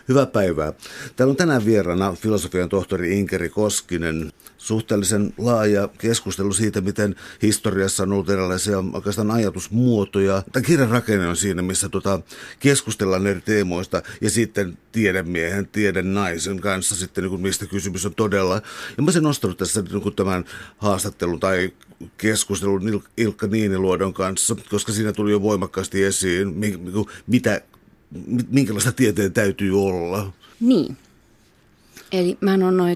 Hyvää päivää. Täällä on tänään vieraana filosofian tohtori Inkeri Koskinen. Suhteellisen laaja keskustelu siitä, miten historiassa on ollut erilaisia oikeastaan ajatusmuotoja. Tämä kirjan rakenne on siinä, missä keskustellaan eri teemoista ja sitten tiedemiehen, tiedenaisen kanssa sitten, mistä kysymys on todella. Ja mä olisin nostanut tässä tämän haastattelun tai keskustelun Ilkka Niiniluodon kanssa, koska siinä tuli jo voimakkaasti esiin, minkälaista tieteen täytyy olla. Niin. Eli mä oon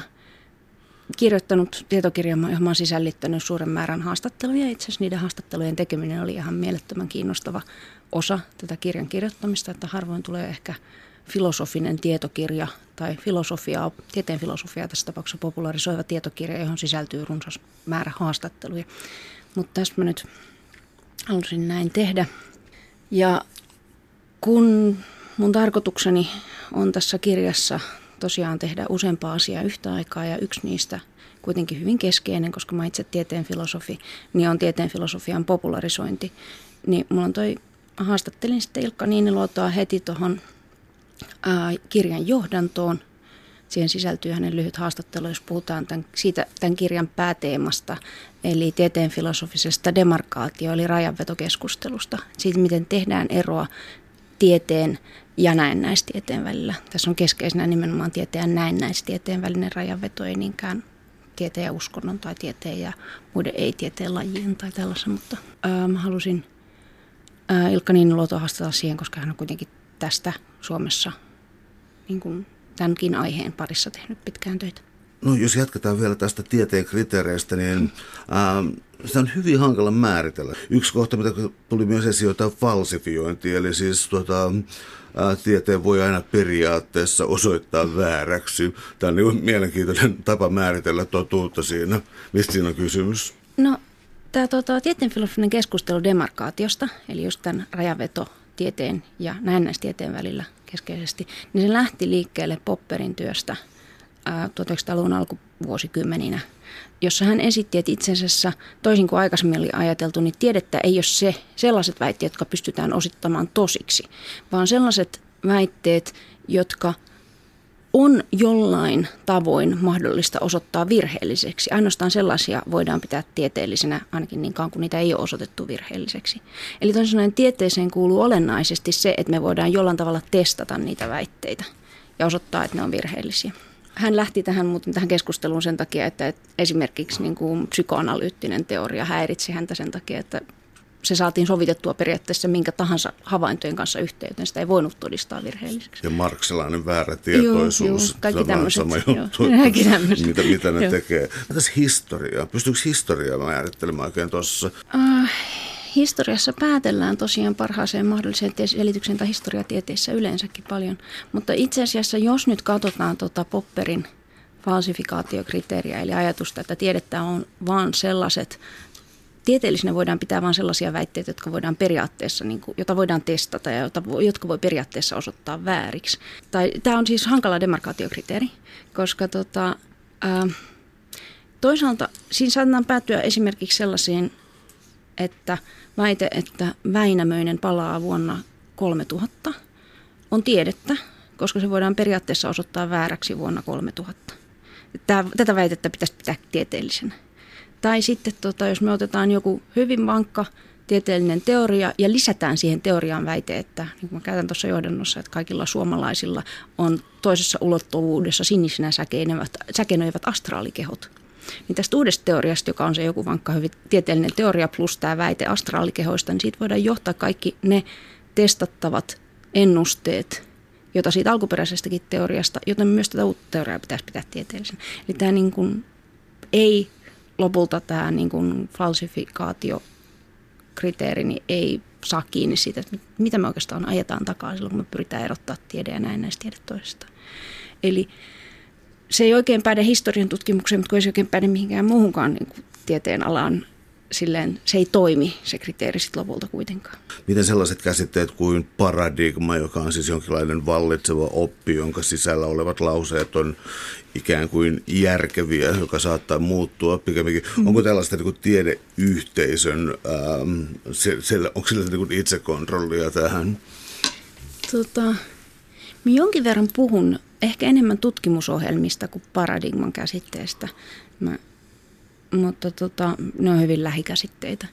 kirjoittanut tietokirjan, johon mä oon sisällyttänyt suuren määrän haastatteluja. Itse asiassa niiden haastattelujen tekeminen oli ihan mielettömän kiinnostava osa tätä kirjan kirjoittamista, että harvoin tulee ehkä filosofinen tietokirja tai tieteen filosofiaa tässä tapauksessa popularisoiva tietokirja, johon sisältyy runsas määrä haastatteluja. Mutta tässä mä nyt halusin näin tehdä. Ja kun mun tarkoitukseni on tässä kirjassa tosiaan tehdä useampaa asiaa yhtä aikaa ja yksi niistä kuitenkin hyvin keskeinen, koska mä itse tieteen filosofi, niin on tieteen filosofian popularisointi. Niin mulla on haastattelin sitten Ilkka Niiniluotoa heti tuohon kirjan johdantoon. Siihen sisältyy hänen lyhyt haastattelu, jos puhutaan tämän kirjan pääteemasta, eli tieteen filosofisesta demarkaatio, eli rajanvetokeskustelusta. Siitä, miten tehdään eroa tieteen ja näennäistieteen välillä. Tässä on keskeisenä nimenomaan tieteen ja näennäistieteen välinen rajanveto, ei niinkään tieteen ja uskonnon tai tieteen ja muiden ei-tieteen lajien tai tällaisen, mutta mä halusin Ilkka Niiniluotoa haastatella siihen, koska hän on kuitenkin tästä Suomessa niin kuin tämänkin aiheen parissa tehnyt pitkään töitä. No jos jatketaan vielä tästä tieteen kriteereistä, niin sitä on hyvin hankala määritellä. Yksi kohta, mitä tuli myös esiin, on falsifiointi, eli siis tieteen voi aina periaatteessa osoittaa vääräksi. Tämä on niin mielenkiintoinen tapa määritellä totuutta siinä. Mistä siinä on kysymys? No, tämä tieteen filosofinen keskustelu demarkaatiosta, eli just tämän rajanveto tieteen ja näennäistieteen välillä keskeisesti, niin se lähti liikkeelle Popperin työstä 1900-luvun alkuvuosikymmeninä, jossa hän esitti, että itse asiassa toisin kuin aikaisemmin oli ajateltu, niin tiedettä ei ole sellaiset väitteet, jotka pystytään osittamaan tosiksi, vaan sellaiset väitteet, jotka on jollain tavoin mahdollista osoittaa virheelliseksi. Ainoastaan sellaisia voidaan pitää tieteellisenä, ainakin niin kauan kuin niitä ei ole osoitettu virheelliseksi. Eli toisin sanoen tieteeseen kuuluu olennaisesti se, että me voidaan jollain tavalla testata niitä väitteitä ja osoittaa, että ne on virheellisiä. Hän lähti tähän keskusteluun sen takia, että esimerkiksi niin kuin psykoanalyyttinen teoria häiritsi häntä sen takia, että se saatiin sovitettua periaatteessa minkä tahansa havaintojen kanssa yhteen, joten sitä ei voinut todistaa virheelliseksi. Ja marksilainen väärätietoisuus. Joo, kaikki tämmöiset. Sama juttu, mitä ne tekee. Tässä historiaa. Pystyykö historiaa määrittelemään oikein tuossa? Historiassa päätellään tosiaan parhaaseen mahdolliseen selitykseen tai historiatieteissä yleensäkin paljon. Mutta itse asiassa, jos nyt katsotaan Popperin falsifikaatiokriteeriä, eli ajatusta, että tiedettä on vaan sellaiset, tieteellisenä voidaan pitää vain sellaisia väitteitä, jotka voidaan periaatteessa, jota voidaan testata ja jotka voi periaatteessa osoittaa vääriksi. Tämä on siis hankala demarkaatiokriteeri, koska toisaalta siinä saatetaan päätyä esimerkiksi sellaisiin, että väite, että Väinämöinen palaa vuonna 3000 on tiedettä, koska se voidaan periaatteessa osoittaa vääräksi vuonna 3000. Tätä väitettä pitäisi pitää tieteellisenä. Tai sitten jos me otetaan joku hyvin vankka tieteellinen teoria ja lisätään siihen teoriaan väite, että niin kuin mä käytän tuossa johdannossa, että kaikilla suomalaisilla on toisessa ulottuvuudessa sinisinä säkenöivät astraalikehot. Niin tästä uudesta teoriasta, joka on se joku vankka hyvin tieteellinen teoria plus tämä väite astraalikehoista, niin siitä voidaan johtaa kaikki ne testattavat ennusteet, joita siitä alkuperäisestäkin teoriasta, joten myös tätä uutta teoriaa pitäisi pitää tieteellisenä. Eli tämä niin kuin ei lopulta tämä niin kuin falsifikaatiokriteeri niin ei saa kiinni siitä, että mitä me oikeastaan ajetaan takaa silloin, kun me pyritään erottaa tiede ja näennäistiede toisesta. Eli se ei oikein päde historian tutkimukseen, mutta kun ei se oikein päde mihinkään muuhunkaan niin kuin tieteen alaan, silleen se ei toimi se kriteeri sitten lopulta kuitenkaan. Miten sellaiset käsitteet kuin paradigma, joka on siis jonkinlainen vallitseva oppi, jonka sisällä olevat lauseet on ikään kuin järkeviä, joka saattaa muuttua pikemminkin. Onko tällaista niin kuin tiedeyhteisön, onko sillä niin kuin itsekontrollia tähän? jonkin verran puhun ehkä enemmän tutkimusohjelmista kuin paradigman käsitteestä, mutta ne on hyvin lähikäsitteitä.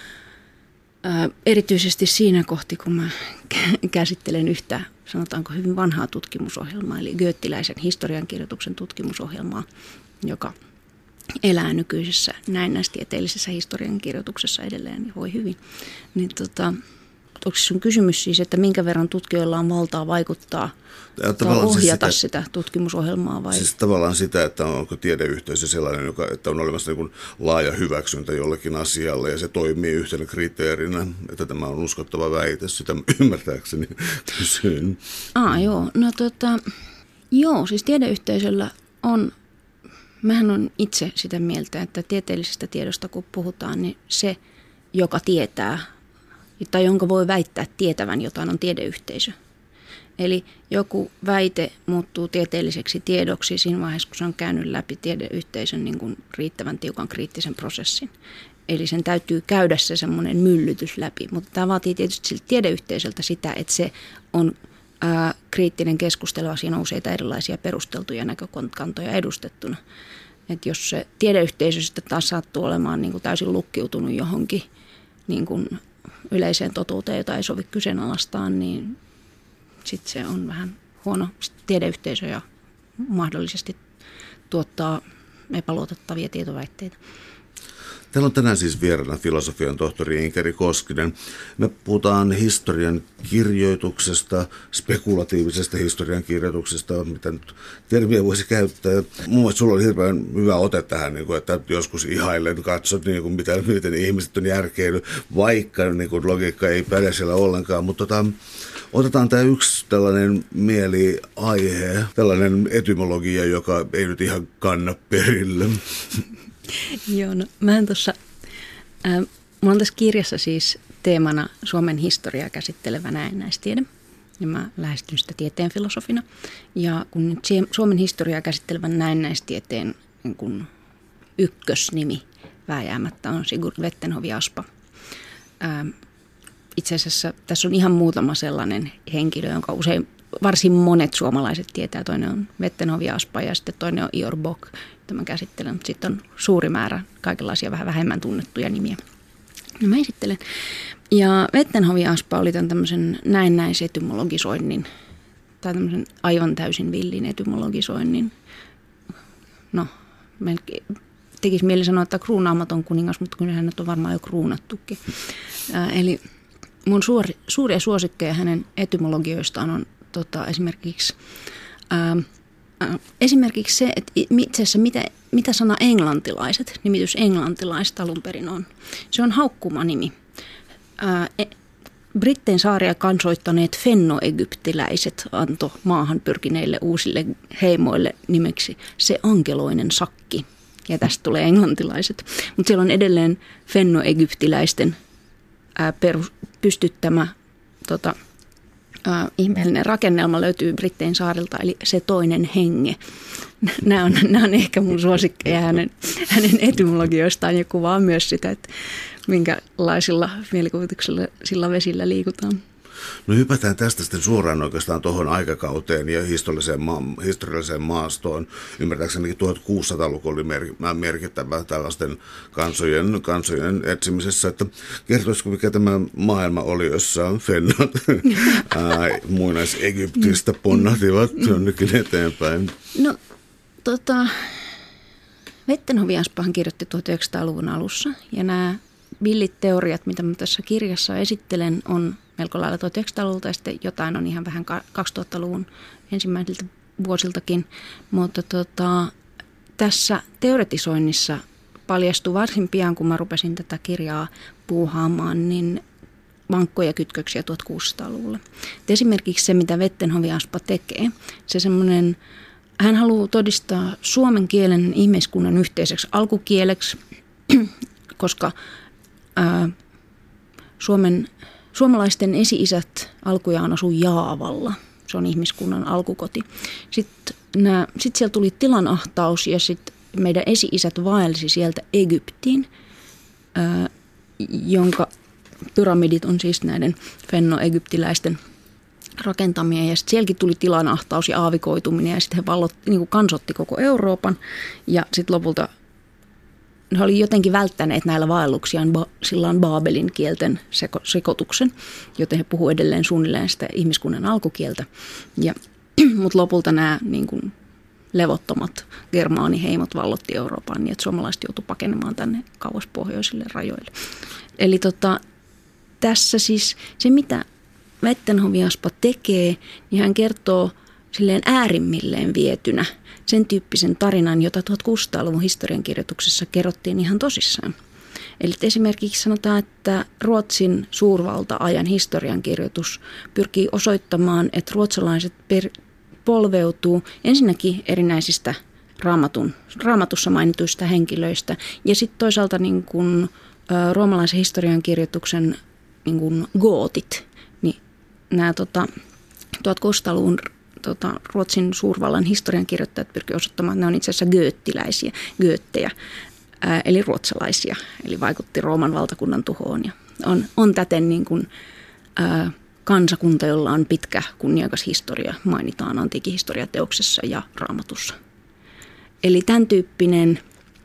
Erityisesti siinä kohti, kun mä käsittelen yhtä, sanotaanko hyvin vanhaa tutkimusohjelmaa, eli goethiläisen historiankirjoituksen tutkimusohjelmaa, joka elää nykyisessä näennäistieteellisessä historiankirjoituksessa edelleen ja voi hyvin. Niin onko sun kysymys siis, että minkä verran tutkijoilla on valtaa vaikuttaa tai ohjata sitä tutkimusohjelmaa vai? Siis tavallaan sitä, että onko tiedeyhteisö sellainen, että on olemassa niin kuin laaja hyväksyntä jollekin asialle ja se toimii yhtenä kriteerinä, että tämä on uskottava väite, sitä ymmärtääkseni kysyn. Joo. No joo, siis tiedeyhteisöllä on, mähän on itse sitä mieltä, että tieteellisestä tiedosta kun puhutaan, niin se, joka tietää, tai jonka voi väittää tietävän jotain, on tiedeyhteisö. Eli joku väite muuttuu tieteelliseksi tiedoksi siinä vaiheessa, kun se on käynyt läpi tiedeyhteisön niin kuin riittävän tiukan kriittisen prosessin. Eli sen täytyy käydä se semmoinen myllytys läpi, mutta tämä vaatii tietysti siltä tiedeyhteisöltä sitä, että se on kriittinen keskustelu, siinä on useita erilaisia perusteltuja näkökantoja edustettuna. Että jos se tiedeyhteisö sitten taas sattuu olemaan niin kuin täysin lukkiutunut johonkin niin kuin yleiseen totuuteen, jota ei sovi kyseenalaistaan, niin sitten se on vähän huono tiedeyhteisö ja mahdollisesti tuottaa epäluotettavia tietoväitteitä. Täällä on tänään siis vieraana filosofian tohtori Inkeri Koskinen. Me puhutaan historian kirjoituksesta, spekulatiivisesta historian kirjoituksesta, mitä nyt termiä voisi käyttää. Mun mielestä sulla oli hirveän hyvä ote tähän, että joskus ihaillen katsot, miten ihmiset on järkeillyt, vaikka logiikka ei päde siellä ollenkaan. Mutta otetaan tämä yksi tällainen mieliaihe, tällainen etymologia, joka ei nyt ihan kanna perille. Joo, no mulla on tässä kirjassa siis teemana Suomen historiaa käsittelevä näennäistiede, ja mä lähestyn sitä tieteen filosofina. Ja kun nyt Suomen historiaa käsittelevän näennäistieteen niin kun ykkösnimi vääjäämättä on Sigurd Vettenhovi-Aspa. Itse asiassa tässä on ihan muutama sellainen henkilö, jonka usein varsin monet suomalaiset tietää. Toinen on Vettenhovi-Aspa ja sitten toinen on Ior Bock, jota mä käsittelen. Mutta sitten on suuri määrä kaikenlaisia vähän vähemmän tunnettuja nimiä. No mä esittelen. Ja Vettenhovi-Aspa oli tämän tämmöisen näennäisetymologisoinnin tai tämmöisen aivan täysin villin etymologisoinnin. No, tekisi mieli sanoa, että kruunaamaton kuningas, mutta kyllä hänet on varmaan jo kruunattukin. Eli mun suuria suosikkeja hänen etymologioistaan on esimerkiksi se, että itse asiassa mitä sana englantilaiset, nimitys englantilaiset alun perin on. Se on haukkumanimi. Brittein saaria kansoittaneet fennoegyptiläiset antoi maahan pyrkineille uusille heimoille nimeksi se ankeloinen sakki. Ja tästä tulee englantilaiset. Mutta siellä on edelleen fennoegyptiläisten pystyttämä ihmeellinen rakennelma löytyy Brittein saarilta, eli se toinen henge. Nämä on ehkä mun suosikkeja hänen etymologioistaan ja kuvaa myös sitä, että minkälaisilla mielikuvituksilla sillä vesillä liikutaan. No hypätään tästä sitten suoraan oikeastaan tuohon aikakauteen ja historialliseen maastoon. Ymmärtääkseni 1600-luku oli merkittävä tällaisten kansojen etsimisessä. Että kertoisiko, mikä tämä maailma oli, jossa fennat muinais-Egyptistä ponnahtivat jonnekin eteenpäin? No, Vettenhovi-Aspahan kirjoitti 1900-luvun alussa ja nämä villit teoriat, mitä mä tässä kirjassa esittelen, on melko lailla 1900-luvulta ja sitten jotain on ihan vähän 2000-luvun ensimmäisiltä vuosiltakin. Mutta tässä teoretisoinnissa paljastui varsin pian, kun mä rupesin tätä kirjaa puuhaamaan, niin vankkoja kytköksiä 1600-luvulle. Et esimerkiksi se, mitä Vettenhovi-Aspa tekee, se semmoinen, hän haluaa todistaa suomen kielen ihmiskunnan yhteiseksi alkukieleksi, koska suomalaisten esi-isät alkujaan asui Jaavalla. Se on ihmiskunnan alkukoti. Sitten siellä tuli tilanahtaus ja sitten meidän esi-isät vaelsi sieltä Egyptiin, jonka pyramidit on siis näiden fennoegyptiläisten rakentamia ja sitten sielläkin tuli tilanahtaus ja aavikoituminen ja sitten he niin kansotti koko Euroopan ja sitten lopulta he oli jotenkin välttäneet näillä vaelluksiaan silloin Baabelin kielten sekoituksen, joten he puhuivat edelleen suunnilleen sitä ihmiskunnan alkukieltä. Mutta lopulta nämä niin kuin levottomat germaaniheimot vallotti Euroopan niin, että suomalaiset joutuivat pakenemaan tänne kauas pohjoisille rajoille. Eli tässä siis se, mitä Vettenhovi-Aspa tekee, niin hän kertoo silleen äärimmilleen vietynä sen tyyppisen tarinan, jota 1600-luvun historiankirjoituksessa kerrottiin ihan tosissaan. Eli esimerkiksi sanotaan, että Ruotsin suurvalta-ajan historiankirjoitus pyrkii osoittamaan, että ruotsalaiset polveutuu ensinnäkin erinäisistä raamatussa mainituista henkilöistä ja sitten toisaalta niin kuin roomalaisen historiankirjoituksen niin kuin gootit, niin nämä 1600-luvun Ruotsin suurvallan historiankirjoittajat pyrkivät osoittamaan, että ne on itse asiassa gööttejä, eli ruotsalaisia, eli vaikutti Rooman valtakunnan tuhoon ja on täten niin kuin, kansakunta, jolla on pitkä kunniakas historia, mainitaan antiikin historiateoksessa ja Raamatussa. Eli tämän tyyppinen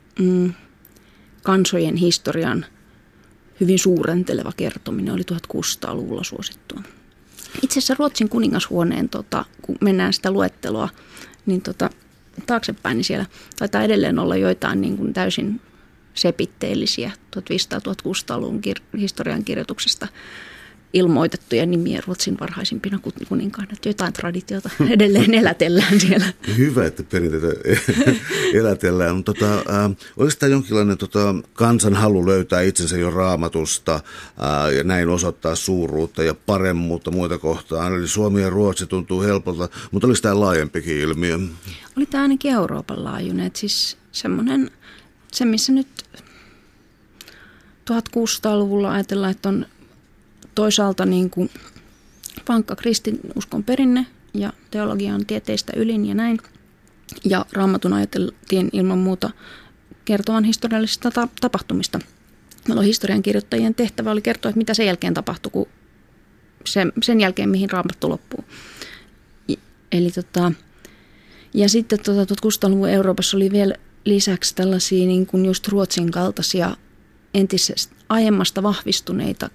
kansojen historian hyvin suurenteleva kertominen oli 1600-luvulla suosittua. Itse asiassa Ruotsin kuningashuoneen, kun mennään sitä luetteloa, niin taaksepäin, niin siellä taitaa edelleen olla joitain niin kuin täysin sepitteellisiä 1500-1600-luvun historian kirjoituksesta ilmoitettuja nimiä Ruotsin varhaisimpina kuninkaina. Jotain traditiota edelleen elätellään siellä. Hyvä, että perinteitä elätellään. Oliko tämä jonkinlainen kansan halu löytää itsensä jo Raamatusta ja näin osoittaa suuruutta ja paremmuutta muita kohtaan? Eli Suomi ja Ruotsi tuntuu helpolta, mutta oliko tämä laajempikin ilmiö? Oli tämä ainakin Euroopan laajuinen. Että siis semmoinen, se missä nyt 1600-luvulla ajatellaan, että on toisaalta niin kuin vankka kristinuskon perinne ja teologia on tieteistä ylin ja näin. Ja Raamatun ajateltiin ilman muuta kertovan historiallisista tapahtumista. Meillä historiankirjoittajien tehtävä oli kertoa, että mitä sen jälkeen tapahtui, kun sen jälkeen mihin Raamattu loppuu. Eli ja sitten 1600-luvun Euroopassa oli vielä lisäksi tällaisia niin kuin just Ruotsin kaltaisia entisestä aiemmasta vahvistuneita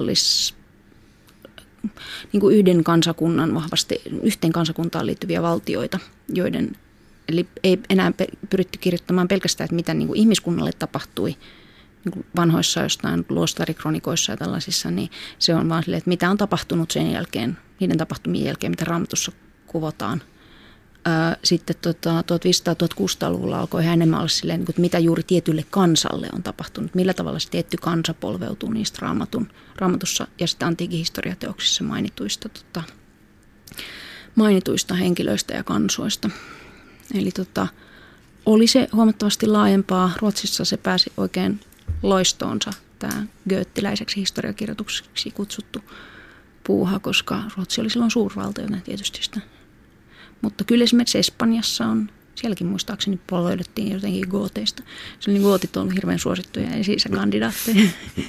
niin kuin yhden kansakunnan vahvasti, yhteen kansakuntaan liittyviä valtioita, joiden, eli ei enää pyritty kirjoittamaan pelkästään, että mitä niin kuin ihmiskunnalle tapahtui niin kuin vanhoissa jostain luostarikronikoissa ja tällaisissa, niin se on vaan silleen, että mitä on tapahtunut sen jälkeen, niiden tapahtumien jälkeen, mitä Raamatussa kuvataan. Sitten 1500-1600-luvulla alkoi enemmän olla silleen, että mitä juuri tietylle kansalle on tapahtunut, millä tavalla se tietty kansa polveutuu niistä Raamatussa ja sitten antiikin historiateoksissa mainituista henkilöistä ja kansoista. Eli oli se huomattavasti laajempaa. Ruotsissa se pääsi oikein loistoonsa, tämä goettiläiseksi historiakirjoitukseksi kutsuttu puuha, koska Ruotsi oli silloin suurvalta, joten tietysti sitä. Mutta kyllä esimerkiksi Espanjassa on, sielläkin muistaakseni polveudettiin jotenkin gooteista. Se oli gootit on ollut hirveän suosittuja esi-isäkandidaatteja.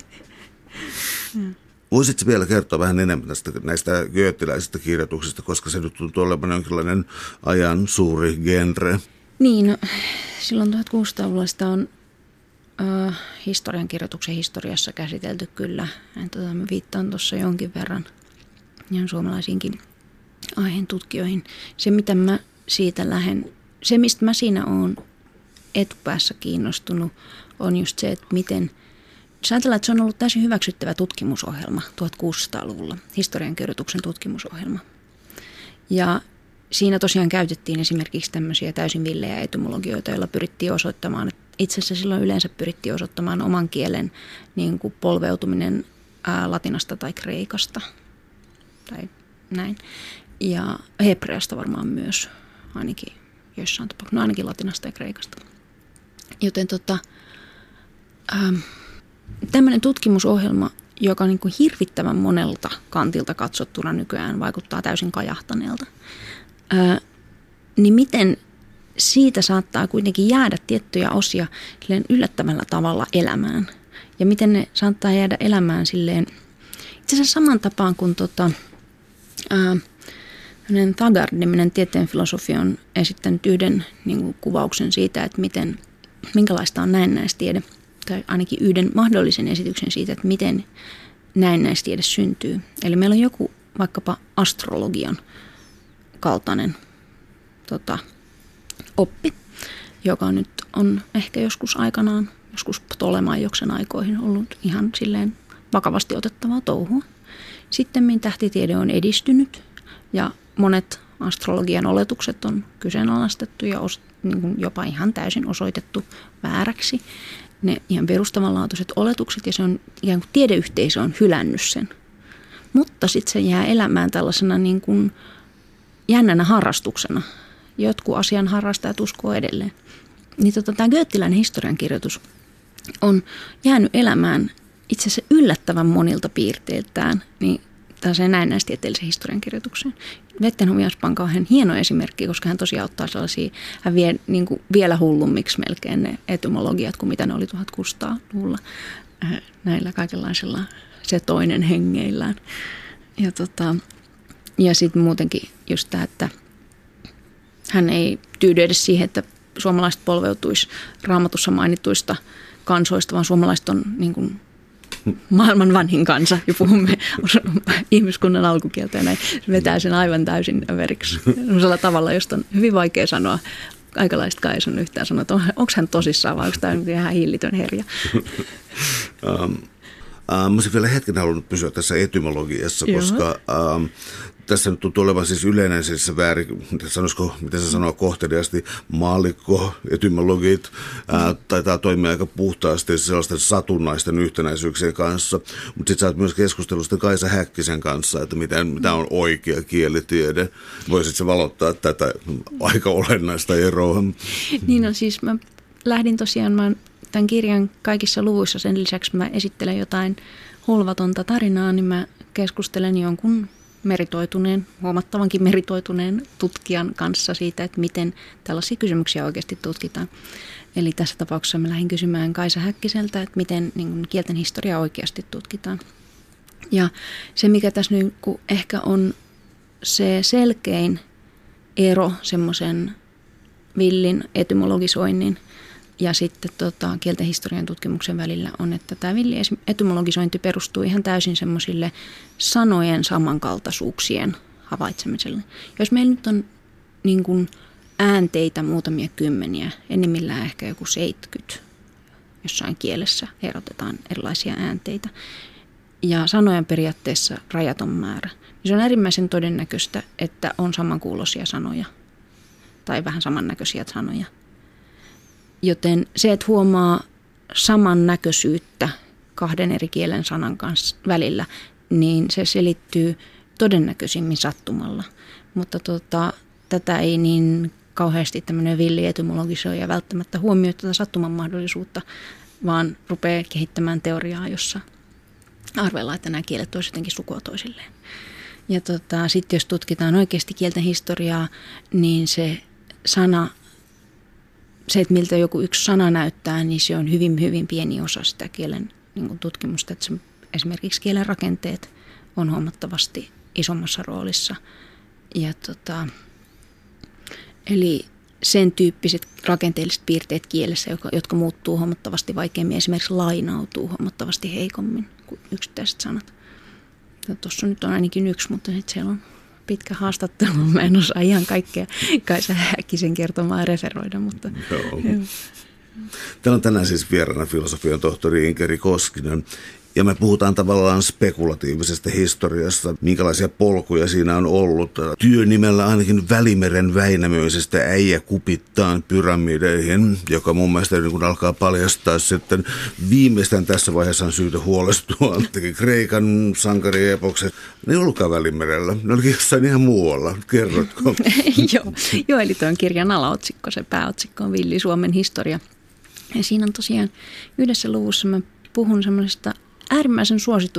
Voisitko vielä kertoa vähän enemmän näistä goettiläisistä kirjoituksista, koska se nyt tuntuu olevan jonkinlainen ajan suuri genre? Niin, no, silloin 1600-luvulla sitä on historiankirjoituksen historiassa käsitelty kyllä. Mä viittaan tuossa jonkin verran ihan suomalaisiinkin aiheen tutkijoihin. Se, mitä mä siitä se mistä mä siinä oon etupäässä kiinnostunut, on just se, että miten, jos ajatellaan, että se on ollut täysin hyväksyttävä tutkimusohjelma 1600-luvulla, historiankirjoituksen tutkimusohjelma. Ja siinä tosiaan käytettiin esimerkiksi tämmöisiä täysin villejä etymologioita, joilla pyrittiin osoittamaan, että itse asiassa silloin yleensä pyrittiin osoittamaan oman kielen niin kuin polveutuminen latinasta tai kreikasta tai näin. Ja hebreasta varmaan myös, ainakin joissain tapauksissa, ainakin latinasta ja kreikasta. Joten tämmöinen tutkimusohjelma, joka niin kuin hirvittävän monelta kantilta katsottuna nykyään vaikuttaa täysin kajahtaneelta, niin miten siitä saattaa kuitenkin jäädä tiettyjä osia yllättävällä tavalla elämään. Ja miten ne saattaa jäädä elämään silleen, itse asiassa saman tapaan kuin Taggart-niminen tieteen filosofi on esittänyt yhden kuvauksen siitä, että minkälaista on näennäistiede, tai ainakin yhden mahdollisen esityksen siitä, että miten näennäistiede syntyy. Eli meillä on joku vaikkapa astrologian kaltainen oppi, joka nyt on ehkä joskus aikanaan, joskus Ptolemaioksen aikoihin ollut ihan silleen vakavasti otettavaa touhua. Sitten tähtitiede on edistynyt ja monet astrologian oletukset on kyseenalaistettu ja jopa ihan täysin osoitettu vääräksi. Ne ihan perustavanlaatuiset oletukset ja se on ikään kuin tiedeyhteisö on hylännyt sen. Mutta sitten se jää elämään tällaisena niin kuin jännänä harrastuksena. Jotkut asian harrastajat uskoo edelleen. Niin tämä goettiläinen historiankirjoitus on jäänyt elämään itse asiassa yllättävän monilta piirteiltään niin tällaiseen näennäistieteelliseen historiankirjoitukseen. Wettenholm-Jansson on kauhean hieno esimerkki, koska hän tosiaan ottaa sellaisia, hän vie niin kuin vielä hullummiksi melkein ne etymologiat kuin mitä ne oli 1600-luvulla näillä kaikenlaisilla se toinen hengeillään. Ja sitten muutenkin just tämä, että hän ei tyydy edes siihen, että suomalaiset polveutuisi Raamatussa mainituista kansoista, vaan suomalaiset on niin kuin maailman vanhin kansa ja puhumme ihmiskunnan alkukieltä ja näin. Se vetää sen aivan täysin överiksi sellaisella tavalla, josta on hyvin vaikea sanoa. Aikalaiset kai sun yhtään sanoa, että onko hän tosissaan vai onko tämä ihan hillitön herja. Mä olisin vielä hetken halunnut pysyä tässä etymologiassa, koska tässä nyt tuntuu olevan siis yleinen siis sanoisiko, miten se sanoo kohteliaasti, maallikko, etymologit, taitaa toimia aika puhtaasti sellaisten satunnaisten yhtenäisyyksien kanssa, mutta sitten sä oot myös keskustelusta Kaisa Häkkisen kanssa, että mitä on oikea kielitiede. Voisitko sä valottaa tätä aika olennaista eroa? Niin on siis, mä lähdin tosiaan, tämän kirjan kaikissa luvuissa sen lisäksi mä esittelen jotain hulvatonta tarinaa, niin mä keskustelen jonkun huomattavankin meritoituneen tutkijan kanssa siitä, että miten tällaisia kysymyksiä oikeasti tutkitaan. Eli tässä tapauksessa mä lähdin kysymään Kaisa Häkkiseltä, että miten niin kielten historiaa oikeasti tutkitaan. Ja se, mikä tässä nyt ehkä on se selkein ero semmoisen villin etymologisoinnin ja sitten kielten historian tutkimuksen välillä on, että tämä villi etymologisointi perustuu ihan täysin semmoisille sanojen samankaltaisuuksien havaitsemiselle. Jos meillä nyt on niin kuin äänteitä muutamia kymmeniä, enimmillään ehkä joku 70, jossain kielessä erotetaan erilaisia äänteitä, ja sanojen periaatteessa rajaton määrä, niin se on äärimmäisen todennäköistä, että on samankuuloisia sanoja tai vähän samannäköisiä sanoja. Joten se, että huomaa samannäköisyyttä kahden eri kielen sanan kanssa välillä, niin se selittyy todennäköisimmin sattumalla. Mutta tätä ei niin kauheasti tämmöinen villi etymologisoija välttämättä huomioi tätä sattuman mahdollisuutta, vaan rupeaa kehittämään teoriaa, jossa arvellaan, että nämä kielet olisivat jotenkin sukua toisilleen. Ja sitten jos tutkitaan oikeasti kielten historiaa, niin se, että miltä joku yksi sana näyttää, niin se on hyvin, hyvin pieni osa sitä kielen niin kuin tutkimusta. Että esimerkiksi kielen rakenteet on huomattavasti isommassa roolissa. Ja eli sen tyyppiset rakenteelliset piirteet kielessä, jotka muuttuu huomattavasti vaikeammin, esimerkiksi lainautuu huomattavasti heikommin kuin yksittäiset sanat. Tuossa nyt on ainakin yksi, mutta sitten siellä on pitkä haastattelu. Mä en osaa ihan kaikkea Kaisa Häkkisen kertomaa referoida, mutta joo. Täällä on tänään siis vieraana filosofian tohtori Inkeri Koskinen. Ja me puhutaan tavallaan spekulatiivisesta historiasta, minkälaisia polkuja siinä on ollut. Työnimellä ainakin Välimeren Väinämöisestä äijä kupittaan pyramideihin, joka mun mielestä niin kun alkaa paljastaa sitten viimeistään tässä vaiheessa on syytä huolestua. Kreikan sankariepokset, ne ei ollutkaan Välimerellä, ne olikin jossain ihan muualla. Kerrotko? Joo, eli tuon kirjan alaotsikko, se pääotsikko on Villi Suomen historia. Ja siinä on tosiaan yhdessä luvussa mä puhun semmoisesta äärimmäisen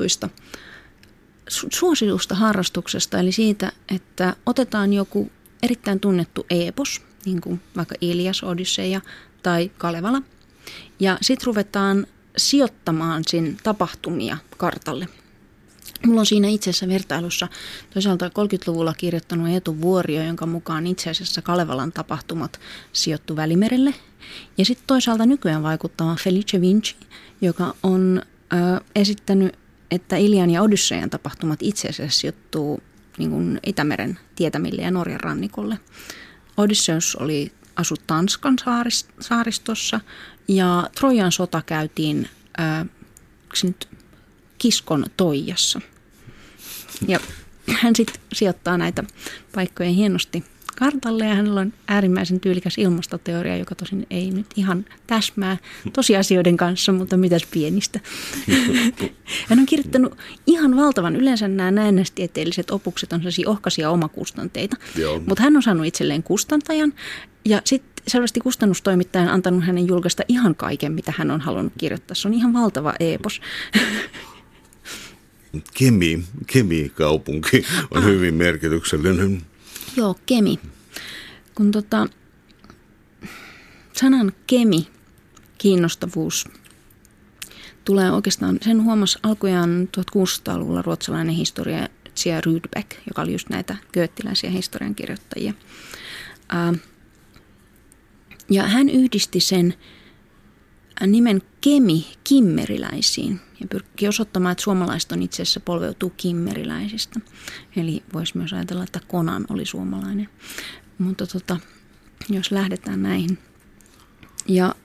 suositusta harrastuksesta, eli siitä, että otetaan joku erittäin tunnettu epos, niin kuin vaikka Ilias, Odysseia tai Kalevala, ja sitten ruvetaan sijoittamaan sen tapahtumia kartalle. Mulla on siinä itse asiassa vertailussa toisaalta 30-luvulla kirjoittanut Eetu Vuorio, jonka mukaan itse asiassa Kalevalan tapahtumat sijoittu Välimerelle. Ja sitten toisaalta nykyään vaikuttava Felice Vinci, joka on esittänyt, että Ilian ja Odysseian tapahtumat itse asiassa sijoittuu niin kuin Itämeren tietämille ja Norjan rannikolle. Odysseus asui Tanskan saaristossa ja Trojan sota käytiin Kiskon Toijassa. Ja hän sitten sijoittaa näitä paikkoja hienosti kartalle ja hänellä on äärimmäisen tyylikäs ilmastoteoria, joka tosin ei nyt ihan täsmää tosiasioiden kanssa, mutta mitäs pienistä. Hän on kirjoittanut ihan valtavan, yleensä nämä näennäistieteelliset opukset on sellaisia ohkaisia omakustanteita, mutta hän on saanut itselleen kustantajan ja sitten selvästi kustannustoimittajan antanut hänen julkaista ihan kaiken, mitä hän on halunnut kirjoittaa. Se on ihan valtava eepos. Kemi-kaupunki on hyvin merkityksellinen. Joo, Kemi. Kun sanan Kemi, kiinnostavuus, tulee oikeastaan, sen huomasi alkujaan 1600-luvulla ruotsalainen historiatsija Rydbeck, joka oli just näitä goettiläisiä historiankirjoittajia. Ja hän yhdisti sen nimen Kemi kimmeriläisiin ja pyrkii osoittamaan, että suomalaiset on itse asiassa polveutuu kimmeriläisistä. Eli voisi myös ajatella, että Conan oli suomalainen. Mutta jos lähdetään näihin. Ja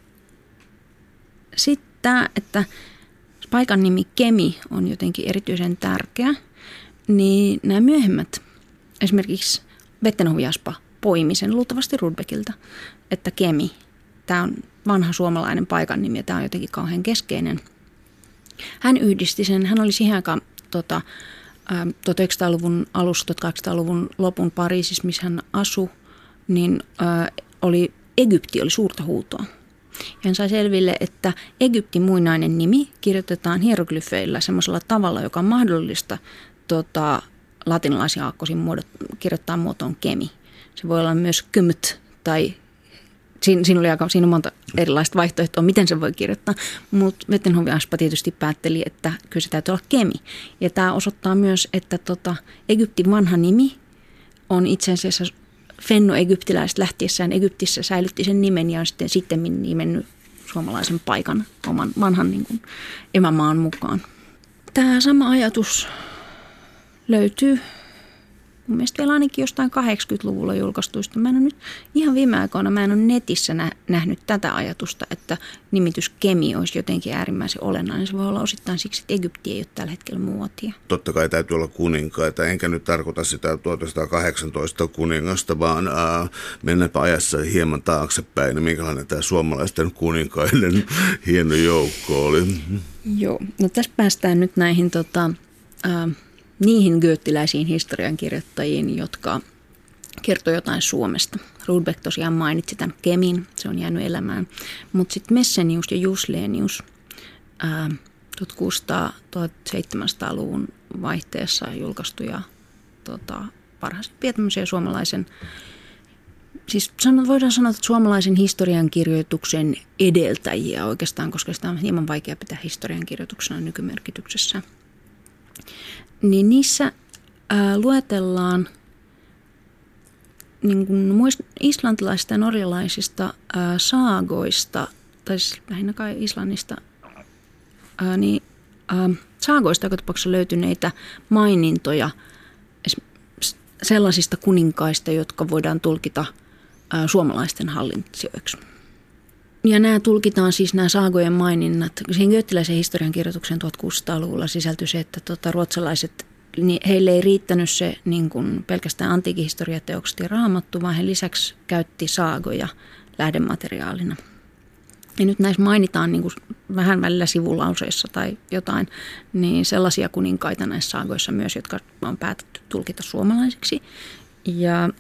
sitten tämä, että paikan nimi Kemi on jotenkin erityisen tärkeä, niin nämä myöhemmät, esimerkiksi Vettenhovi-Aspa poimi sen luultavasti Rudbeckilta, että Kemi, tämä on vanha suomalainen paikan nimi ja tämä on jotenkin kauhean keskeinen. Hän yhdisti sen, hän oli siihen aikaan 1900-luvun alussa, 1800-luvun lopun Pariisissa, missä hän asui, niin Egypti oli suurta huutoa. Ja hän sai selville, että Egyptin muinainen nimi kirjoitetaan hieroglyfeillä semmoisella tavalla, joka on mahdollista latinalaisia aakkosin kirjoittaa muotoon Kemi. Se voi olla myös Kymt tai siinä on monta erilaista vaihtoehtoa, miten se voi kirjoittaa, mutta Vettenhovi-Aspa tietysti päätteli, että kyllä se täytyy olla Kemi. Ja tämä osoittaa myös, että Egyptin vanha nimi on itse asiassa fenno-egyptiläiset lähtiessään Egyptissä säilytti sen nimen ja on sitten nimennyt suomalaisen paikan oman vanhan niin kuin emämaan mukaan. Tämä sama ajatus löytyy mun mielestä vielä ainakin jostain 80-luvulla julkaistuista. Mä en ole nyt ihan viime aikoina, mä en ole netissä nähnyt tätä ajatusta, että nimitys Kemi olisi jotenkin äärimmäisen olennainen. Se voi olla osittain siksi, että Egypti ei ole tällä hetkellä muotia. Totta kai täytyy olla kuninkaita, enkä nyt tarkoita sitä 1918 kuningasta, vaan mennäpä ajassa hieman taaksepäin, ja minkälainen tämä suomalaisten kuninkaiden hieno joukko oli. Joo, no tässä päästään nyt näihin niihin goettiläisiin historiankirjoittajiin, jotka kertoo jotain Suomesta. Rudbeck tosiaan mainitsi tämän Kemin, se on jäänyt elämään. Mutta sitten Messenius ja Juslenius 1600-1700-luvun vaihteessa julkaistuja parhaisimpia tämmöisiä suomalaisen, siis voidaan sanoa, että suomalaisen historiankirjoituksen edeltäjiä oikeastaan, koska sitä on hieman vaikea pitää historiankirjoituksena nykymerkityksessä. Niin niissä luetellaan niin kuin islantilaisista ja norjalaisista saagoista, tai siis lähinnä kai Islannista, saagoista joka tapauksessa löytyneitä mainintoja sellaisista kuninkaista, jotka voidaan tulkita suomalaisten hallintsijoiksi. Ja nämä tulkitaan siis nämä saagojen maininnat. Siihen goettiläisen historiankirjoituksen 1600-luvulla sisältyi se, että ruotsalaiset, heille ei riittänyt se niin kuin pelkästään antiikin historiateokset ja raamattu, vaan he lisäksi käytti saagoja lähdemateriaalina. Ja nyt näissä mainitaan niin kuin vähän välillä sivulauseissa tai jotain, niin sellaisia kuninkaita näissä saagoissa myös, jotka on päätetty tulkita suomalaisiksi. Ja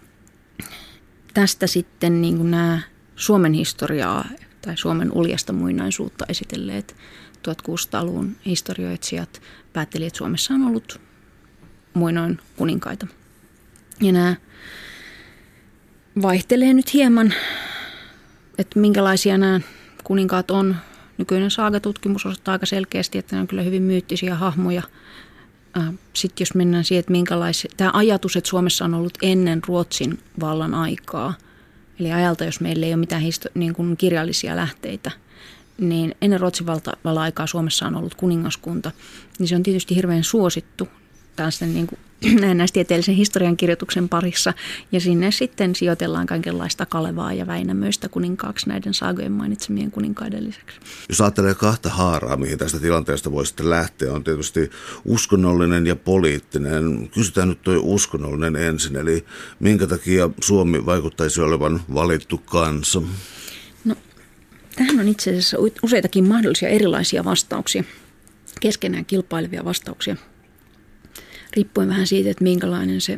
tästä sitten niin kuin nämä Suomen historiaa tai Suomen uljasta muinaisuutta esitelleet 1600-luvun historioitsijat päätteli, että Suomessa on ollut muinoin kuninkaita. Ja nämä vaihtelee nyt hieman, että minkälaisia nämä kuninkaat on. Nykyinen saagatutkimus osoittaa aika selkeästi, että ne on kyllä hyvin myyttisiä hahmoja. sitten jos mennään siihen, että tämä ajatus, että Suomessa on ollut ennen Ruotsin vallan aikaa, eli ajalta, jos meillä ei ole mitään niin kuin kirjallisia lähteitä, niin ennen Ruotsin vallan aikaa Suomessa on ollut kuningaskunta, niin se on tietysti hirveän suosittu tällaisen niin kuin näennäistieteellisen historiankirjoituksen parissa, ja sinne sitten sijoitellaan kaikenlaista Kalevaa ja Väinämöistä kuninkaaksi näiden saagojen mainitsemien kuninkaiden lisäksi. Jos ajattelee kahta haaraa, mihin tästä tilanteesta voi sitten lähteä, on tietysti uskonnollinen ja poliittinen. Kysytään nyt tuo uskonnollinen ensin, eli minkä takia Suomi vaikuttaisi olevan valittu kansa? No, tähän on itse asiassa useitakin mahdollisia erilaisia vastauksia, keskenään kilpailevia vastauksia. Riippuen vähän siitä, että minkälainen se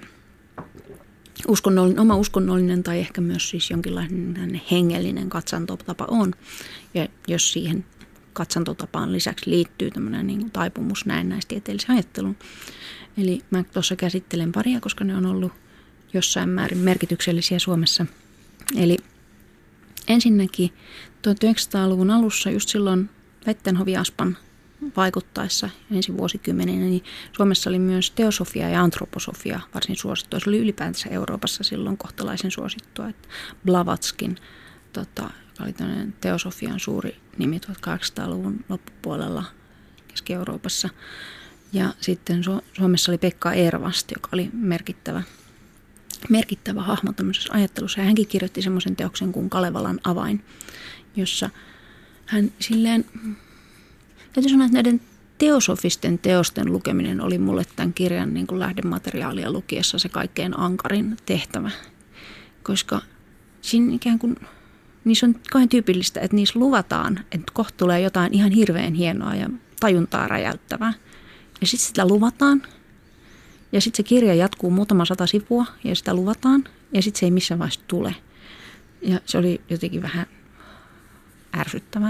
oma uskonnollinen tai ehkä myös siis jonkinlainen hengellinen katsantotapa on. Ja jos siihen katsantotapaan lisäksi liittyy tämmöinen niin kuin taipumus näennäistieteellisen ajatteluun. Eli mä tuossa käsittelen paria, koska ne on ollut jossain määrin merkityksellisiä Suomessa. Eli ensinnäkin 1900-luvun alussa just silloin Lettenhovi-Aspan vaikuttaessa ensi vuosikymmeninä, niin Suomessa oli myös teosofia ja antroposofia varsin suosittua. Se oli ylipäätänsä Euroopassa silloin kohtalaisen suosittua. Että Blavatskin, joka oli tämmöinen teosofian suuri nimi 1800-luvun loppupuolella Keski-Euroopassa. Ja sitten Suomessa oli Pekka Ehrvast, joka oli merkittävä hahmo tämmöisessä ajattelussa. Ja hänkin kirjoitti semmoisen teoksen kuin Kalevalan avain, jossa hän silleen... Täytyy sanoa, että näiden teosofisten teosten lukeminen oli mulle tämän kirjan niin kuin lähdemateriaalia lukiessa se kaikkein ankarin tehtävä. Koska siinä ikään kuin, niissä on kauhean tyypillistä, että niissä luvataan, että kohta tulee jotain ihan hirveän hienoa ja tajuntaa räjäyttävää. Ja sitten sitä luvataan. Ja sitten se kirja jatkuu muutama 100 sivua ja sitä luvataan. Ja sitten se ei missään vaiheessa tule. Ja se oli jotenkin vähän ärsyttävää.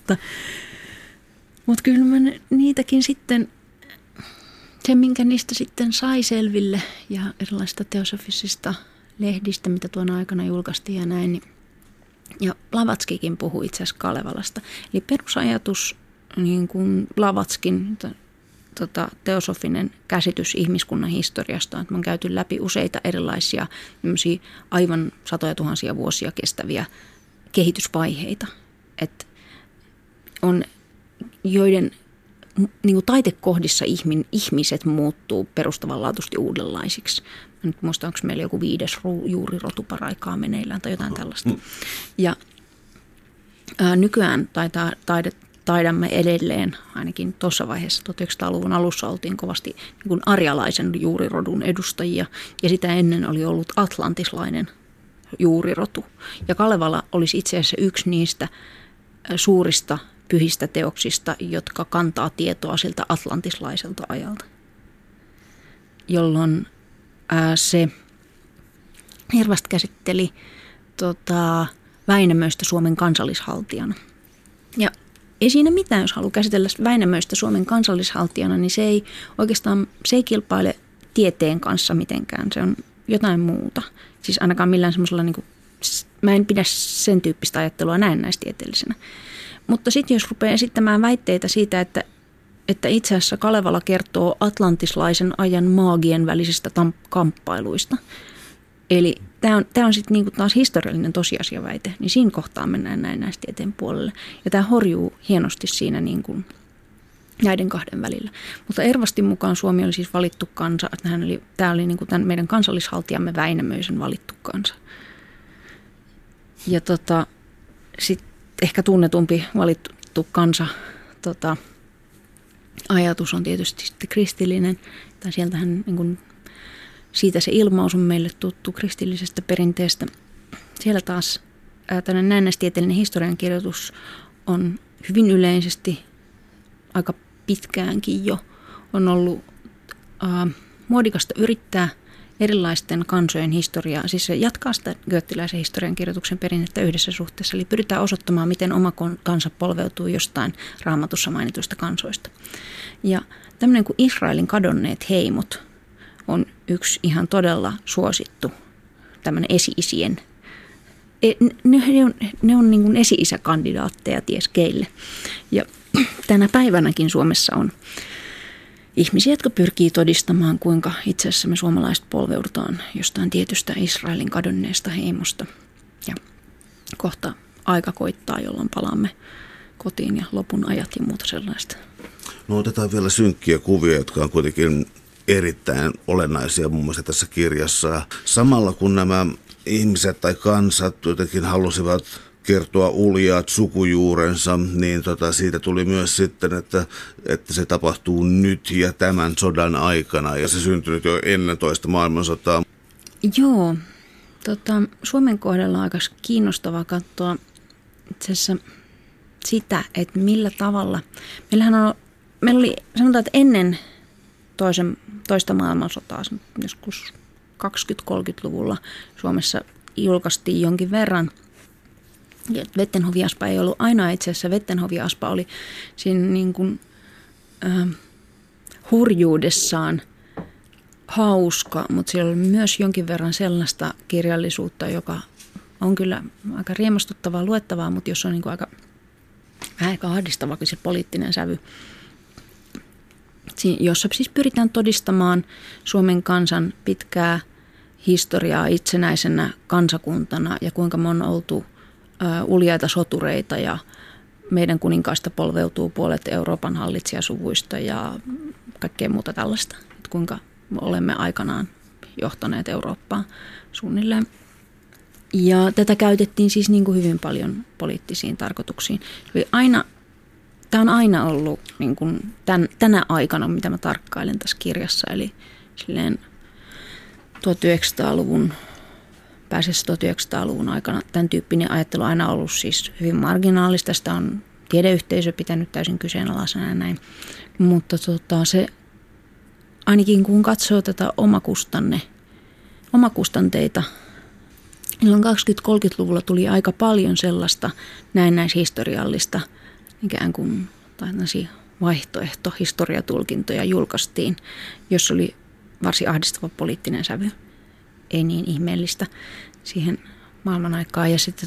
Mutta kyllä mä niitäkin sitten, se minkä niistä sitten sai selville ja erilaisista teosofisista lehdistä, mitä tuona aikana julkaistiin ja näin, niin, ja Blavatskikin puhui itse asiassa Kalevalasta. Eli perusajatus, niin kuin Blavatskin teosofinen käsitys ihmiskunnan historiasta, että me on käyty läpi useita erilaisia aivan satoja tuhansia vuosia kestäviä kehitysvaiheita, että on joiden niin kuin taitekohdissa ihmiset muuttuu perustavanlaatuisesti uudenlaisiksi. Nyt muistan, onko meillä joku 5. juurirotu paraikaa meneillään tai jotain tällaista. Ja nykyään taidamme edelleen, ainakin tuossa vaiheessa 1900-luvun alussa oltiin kovasti niin kuin arjalaisen juurirodun edustajia. Ja sitä ennen oli ollut atlantislainen juurirotu. Ja Kalevala olisi itse asiassa yksi niistä suurista pyhistä teoksista, jotka kantaa tietoa siltä atlantislaiselta ajalta, jolloin se Ehrvast käsitteli Väinämöistä Suomen kansallishaltijana. Ja ei siinä mitään, jos haluaa käsitellä Väinämöistä Suomen kansallishaltijana, niin se ei kilpaile tieteen kanssa mitenkään, se on jotain muuta. Siis ainakaan millään semmoisella, niin kuin, mä en pidä sen tyyppistä ajattelua näennäistieteellisenä. Mutta sitten jos rupeaa esittämään väitteitä siitä, että itse asiassa Kalevala kertoo atlantislaisen ajan maagien välisistä kamppailuista, eli tämä on sitten niinku taas historiallinen tosiasiaväite, niin siinä kohtaa mennään näennäistieteen puolelle. Ja tämä horjuu hienosti siinä niinku näiden kahden välillä. Mutta Ehrvastin mukaan Suomi oli siis valittu kansa, että tämä oli niinku tämän meidän kansallishaltijamme Väinämöisen valittu kansa. Ja sitten ehkä tunnetumpi valittu kansa ajatus on tietysti sitten kristillinen. Tai sieltähän niin kuin, siitä se ilmaus on meille tuttu kristillisestä perinteestä. Siellä taas tämmöinen näennäistieteellinen historiankirjoitus on hyvin yleisesti, aika pitkäänkin jo, on ollut muodikasta yrittää erilaisten kansojen historiaa, siis se jatkaa sitä goettiläisen historiankirjoituksen perinnettä yhdessä suhteessa, eli pyritään osoittamaan, miten oma kansa polveutuu jostain Raamatussa mainituista kansoista. Ja tämmöinen kuin Israelin kadonneet heimot on yksi ihan todella suosittu tämmöinen esi-isien, ne on niin kuin esi-isäkandidaatteja ties keille. Ja tänä päivänäkin Suomessa on ihmisiä, jotka pyrkii todistamaan, kuinka itse asiassa me suomalaiset polveudutaan jostain tietystä Israelin kadonneesta heimosta. Ja kohta aika koittaa, jolloin palaamme kotiin ja lopun ajat ja muuta sellaista. No otetaan vielä synkkiä kuvia, jotka on kuitenkin erittäin olennaisia muun muassa tässä kirjassa. Samalla kun nämä ihmiset tai kansat jotenkin halusivat kertoa uljaat sukujuurensa, niin siitä tuli myös sitten, että se tapahtuu nyt ja tämän sodan aikana ja se syntynyt jo ennen toista maailmansotaa. Joo, Suomen kohdalla on aika kiinnostavaa katsoa itse asiassa sitä, että millä tavalla. Meillä oli, sanotaan, että ennen toista maailmansotaa, joskus 20-30-luvulla Suomessa julkaistiin jonkin verran. Vettenhovi-Aspa ei ollut ainoa itse asiassa. Vettenhovi-Aspa oli siinä niin kuin, hurjuudessaan hauska, mutta siellä oli myös jonkin verran sellaista kirjallisuutta, joka on kyllä aika riemastuttavaa luettavaa, mutta jos on niin kuin aika ahdistava se poliittinen sävy, jossa siis pyritään todistamaan Suomen kansan pitkää historiaa itsenäisenä kansakuntana ja kuinka me on oltu uljaita sotureita ja meidän kuninkaista polveutuu puolet Euroopan hallitsijasuvuista ja kaikkea muuta tällaista, että kuinka olemme aikanaan johtaneet Eurooppaa suunnilleen. Ja tätä käytettiin siis niin kuin hyvin paljon poliittisiin tarkoituksiin. Tämä on aina ollut niin kuin tänä aikana, mitä mä tarkkailen tässä kirjassa, eli silleen 1900-luvun, pääsessä 1900-luvun aikana tämän tyyppinen ajattelu on aina ollut siis hyvin marginaalista. Sitä on tiedeyhteisö pitänyt täysin kyseenalaisena ja näin. Mutta se ainakin kun katsoo tätä omakustanteita, silloin 20-30-luvulla tuli aika paljon sellaista näennäishistoriallista ikään kuin vaihtoehtohistoriatulkintoja julkaistiin, jos oli varsin ahdistava poliittinen sävy. Ei niin ihmeellistä siihen maailman aikaan. Ja sitten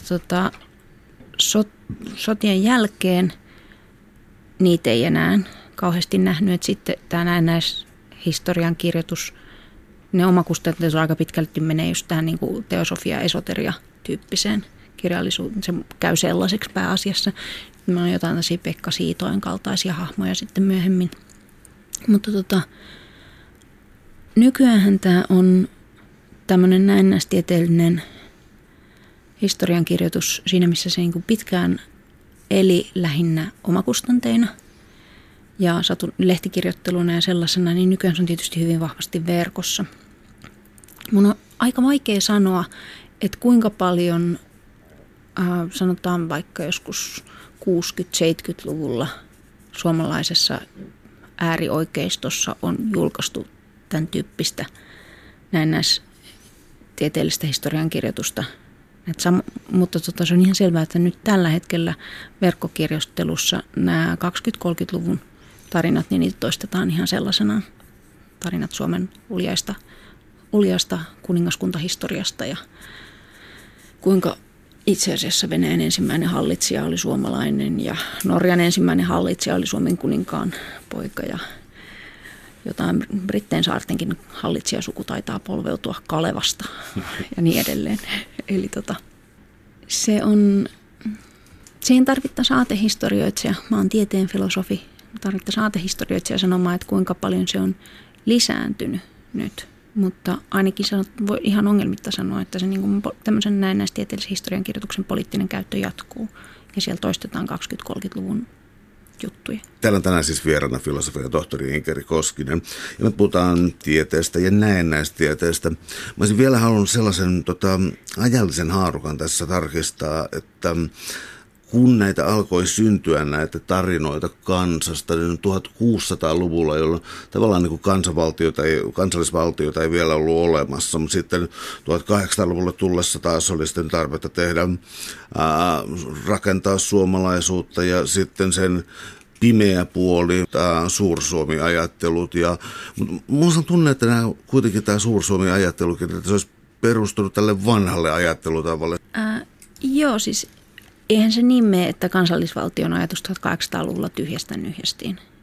sotien jälkeen niitä ei enää kauheasti nähnyt. Että sitten tämä näennäishistorian kirjoitus, ne omakustanteet aika pitkälti menee just tähän niin kuin teosofia-esoteria-tyyppiseen kirjallisuuteen. Se käy sellaiseksi pääasiassa. Meillä on jotain tällaisia Pekka Siitoen kaltaisia hahmoja sitten myöhemmin. Mutta nykyäänhän tämä on tämmöinen näennäistieteellinen historiankirjoitus siinä, missä se niin kuin pitkään eli lähinnä omakustanteina ja lehtikirjoitteluna ja sellaisena, niin nykyään se on tietysti hyvin vahvasti verkossa. Mun on aika vaikea sanoa, että kuinka paljon, sanotaan vaikka joskus 60-70-luvulla suomalaisessa äärioikeistossa on julkaistu tämän tyyppistä näennäistieteellistä historiankirjoitusta. Mutta se on ihan selvää, että nyt tällä hetkellä verkkokirjoittelussa nämä 20-30-luvun tarinat, niin niitä toistetaan ihan sellaisena. Tarinat Suomen uljaasta kuningaskuntahistoriasta ja kuinka itse asiassa Venäjän ensimmäinen hallitsija oli suomalainen ja Norjan ensimmäinen hallitsija oli Suomen kuninkaan poika ja jotain Brittein saartenkin hallitsijasuku taitaa polveutua Kalevasta ja niin edelleen. Eli siihen tarvittaisiin aatehistorioitsija. Mä oon tieteen filosofi. Tarvittaisiin aatehistorioitsija sanomaan, että kuinka paljon se on lisääntynyt nyt. Mutta ainakin voi ihan ongelmitta sanoa, että se niin tämmöisen näennäistieteellisen historiankirjoituksen poliittinen käyttö jatkuu. Ja siellä toistetaan 20-30-luvun juttuja. Täällä on tänään siis vieraana filosofian tohtori Inkeri Koskinen. Ja me puhutaan tieteestä ja näennäistieteestä. Mä olisin vielä halunnut sellaisen ajallisen haarukan tässä tarkistaa, että kun näitä alkoi syntyä näitä tarinoita kansasta, niin 1600-luvulla, jolloin tavallaan niin kuin kansallisvaltiota ei vielä ollut olemassa, mutta sitten 1800-luvulla tullessa taas oli sitten tarvetta rakentaa suomalaisuutta ja sitten sen pimeä puoli, tämä Suur-Suomi-ajattelut. Minusta on tunne, että kuitenkin tämä Suur-Suomi-ajattelukin, että se olisi perustunut tälle vanhalle ajattelutavalle. Joo, siis eihän se niin mene, että kansallisvaltion ajatus 1800-luvulla tyhjästä nyhjästiin.